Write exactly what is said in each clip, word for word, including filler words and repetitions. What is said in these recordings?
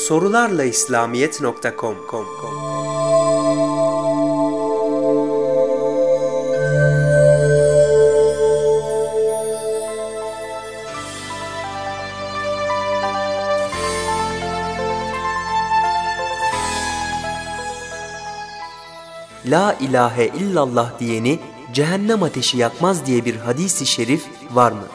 sorularla islamiyet nokta com La ilahe illallah diyeni cehennem ateşi yakmaz diye bir hadis-i şerif var mı?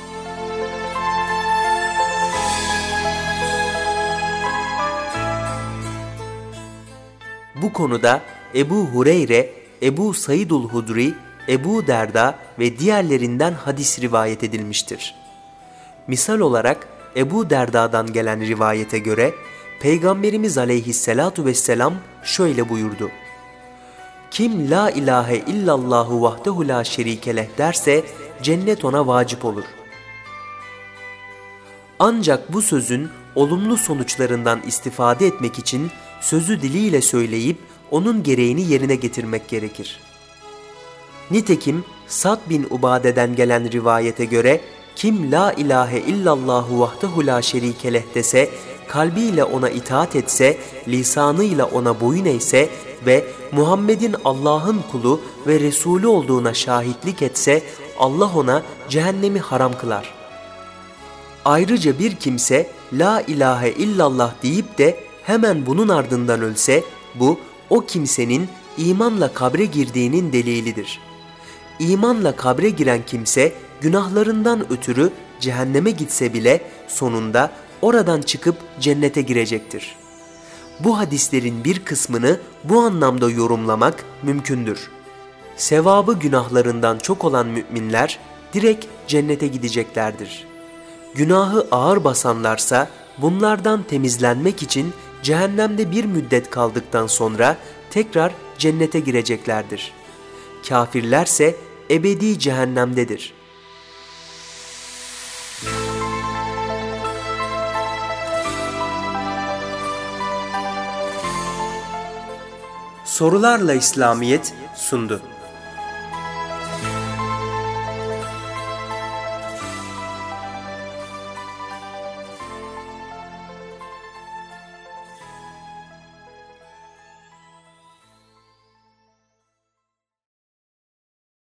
Bu konuda Ebu Hureyre, Ebu Saidul Hudri, Ebu Derda ve diğerlerinden hadis rivayet edilmiştir. Misal olarak Ebu Derda'dan gelen rivayete göre Peygamberimiz aleyhissalatu vesselam şöyle buyurdu: Kim la ilahe illallahu vahdehu la şerikeleh derse cennet ona vacip olur. Ancak bu sözün olumlu sonuçlarından istifade etmek için sözü diliyle söyleyip onun gereğini yerine getirmek gerekir. Nitekim Sa'd bin Ubade'den gelen rivayete göre kim la ilahe illallahu vahdehu la şerikeleh dese, kalbiyle ona itaat etse, lisanıyla ona boyun eğse ve Muhammed'in Allah'ın kulu ve Resulü olduğuna şahitlik etse, Allah ona cehennemi haram kılar. Ayrıca bir kimse la ilahe illallah deyip de hemen bunun ardından ölse, bu o kimsenin imanla kabre girdiğinin delilidir. İmanla kabre giren kimse günahlarından ötürü cehenneme gitse bile sonunda oradan çıkıp cennete girecektir. Bu hadislerin bir kısmını bu anlamda yorumlamak mümkündür. Sevabı günahlarından çok olan müminler direkt cennete gideceklerdir. Günahı ağır basanlarsa bunlardan temizlenmek için cehennemde bir müddet kaldıktan sonra tekrar cennete gireceklerdir. Kafirlerse ebedi cehennemdedir. Sorularla İslamiyet sundu.